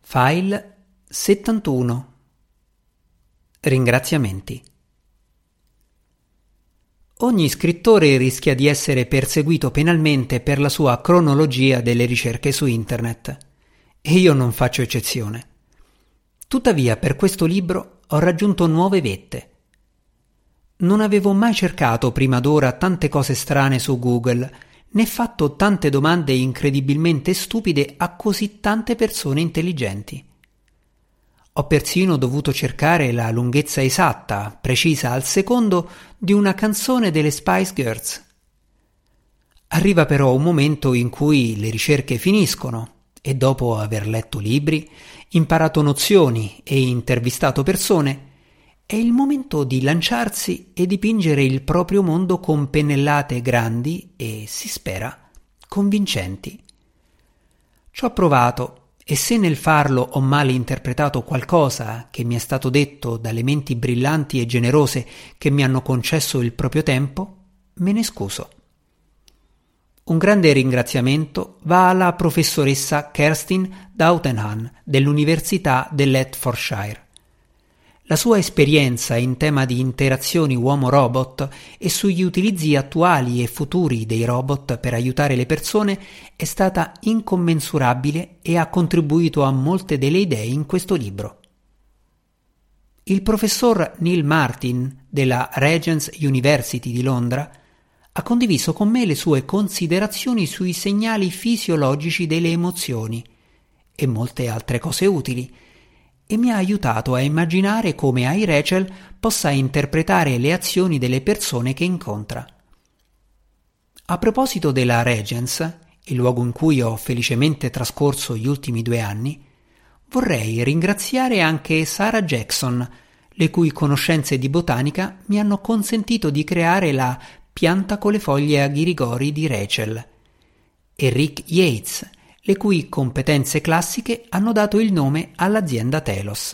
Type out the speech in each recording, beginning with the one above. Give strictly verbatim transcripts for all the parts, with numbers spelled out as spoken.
File settantuno. Ringraziamenti. Ogni scrittore rischia di essere perseguito penalmente per la sua cronologia delle ricerche su internet, e io non faccio eccezione. Tuttavia, per questo libro ho raggiunto nuove vette. Non avevo mai cercato prima d'ora tante cose strane su Google, né fatto tante domande incredibilmente stupide a così tante persone intelligenti. Ho persino dovuto cercare la lunghezza esatta, precisa al secondo, di una canzone delle Spice Girls. Arriva però un momento in cui le ricerche finiscono e dopo aver letto libri, imparato nozioni e intervistato persone, è il momento di lanciarsi e dipingere il proprio mondo con pennellate grandi e, si spera, convincenti. Ci ho provato e se nel farlo ho male interpretato qualcosa che mi è stato detto dalle menti brillanti e generose che mi hanno concesso il proprio tempo, me ne scuso. Un grande ringraziamento va alla professoressa Kerstin Dautenhahn dell'Università dell'Hertfordshire. La sua esperienza in tema di interazioni uomo-robot e sugli utilizzi attuali e futuri dei robot per aiutare le persone è stata incommensurabile e ha contribuito a molte delle idee in questo libro. Il professor Neil Martin della Regent's University di Londra ha condiviso con me le sue considerazioni sui segnali fisiologici delle emozioni e molte altre cose utili, e mi ha aiutato a immaginare come iRachel possa interpretare le azioni delle persone che incontra. A proposito della Regent's, il luogo in cui ho felicemente trascorso gli ultimi due anni, vorrei ringraziare anche Sarah Jackson, le cui conoscenze di botanica mi hanno consentito di creare la pianta con le foglie a ghirigori di Rachel, e Rick Yates, le cui competenze classiche hanno dato il nome all'azienda Telos.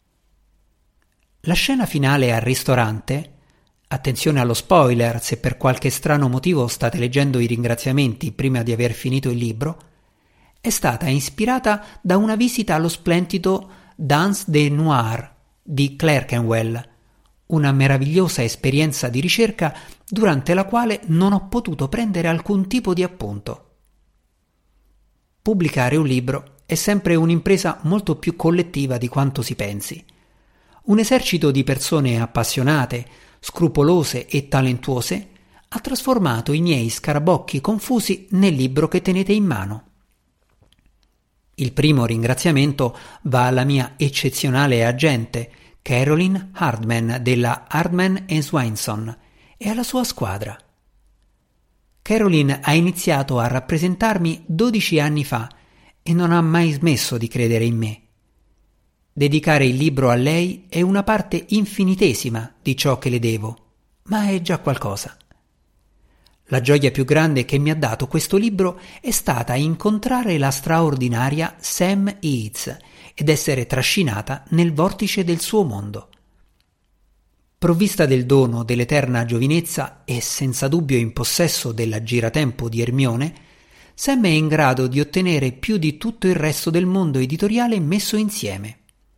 La scena finale al ristorante, attenzione allo spoiler se per qualche strano motivo state leggendo i ringraziamenti prima di aver finito il libro, è stata ispirata da una visita allo splendido Danse des Noirs di Clerkenwell, una meravigliosa esperienza di ricerca durante la quale non ho potuto prendere alcun tipo di appunto. Pubblicare un libro è sempre un'impresa molto più collettiva di quanto si pensi. Un esercito di persone appassionate, scrupolose e talentuose ha trasformato i miei scarabocchi confusi nel libro che tenete in mano. Il primo ringraziamento va alla mia eccezionale agente, Caroline Hardman della Hardman and Swainson, e alla sua squadra. Caroline ha iniziato a rappresentarmi dodici anni fa e non ha mai smesso di credere in me. Dedicare il libro a lei è una parte infinitesima di ciò che le devo, ma è già qualcosa. La gioia più grande che mi ha dato questo libro è stata incontrare la straordinaria Sam Eads ed essere trascinata nel vortice del suo mondo. Provvista del dono dell'eterna giovinezza e senza dubbio in possesso della giratempo di Ermione, Sam è in grado di ottenere più di tutto il resto del mondo editoriale messo insieme.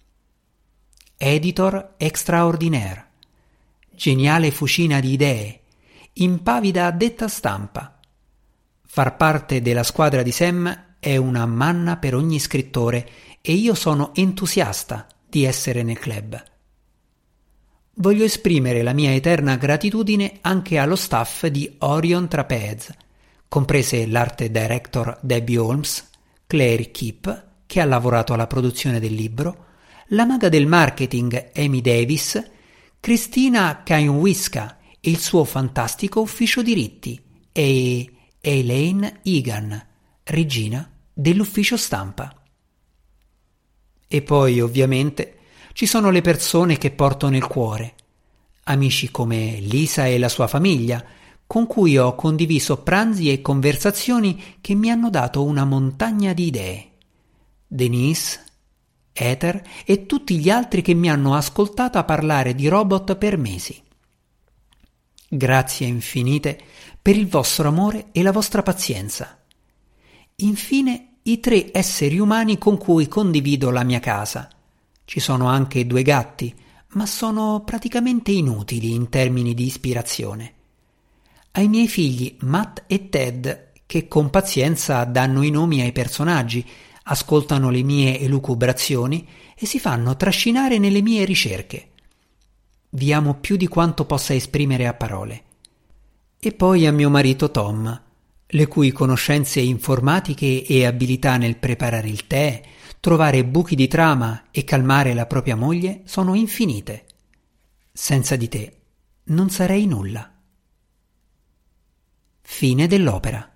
Editor extraordinaire, geniale fucina di idee, impavida addetta stampa. Far parte della squadra di Sam è una manna per ogni scrittore e io sono entusiasta di essere nel club. Voglio esprimere la mia eterna gratitudine anche allo staff di Orion Trapeze, comprese l'art director Debbie Holmes, Clary Kipp, che ha lavorato alla produzione del libro, la maga del marketing Amy Davis, Cristina Kainwiska e il suo fantastico ufficio diritti e Elaine Egan, regina dell'ufficio stampa. E poi, ovviamente, ci sono le persone che porto nel cuore, amici come Lisa e la sua famiglia, con cui ho condiviso pranzi e conversazioni che mi hanno dato una montagna di idee. Denise, Ether e tutti gli altri che mi hanno ascoltato a parlare di robot per mesi. Grazie infinite per il vostro amore e la vostra pazienza. Infine, i tre esseri umani con cui condivido la mia casa. Ci sono anche due gatti, ma sono praticamente inutili in termini di ispirazione. Ai miei figli Matt e Ted, che con pazienza danno i nomi ai personaggi, ascoltano le mie elucubrazioni e si fanno trascinare nelle mie ricerche. Vi amo più di quanto possa esprimere a parole. E poi a mio marito Tom, le cui conoscenze informatiche e abilità nel preparare il tè, trovare buchi di trama e calmare la propria moglie sono infinite. Senza di te non sarei nulla. Fine dell'opera.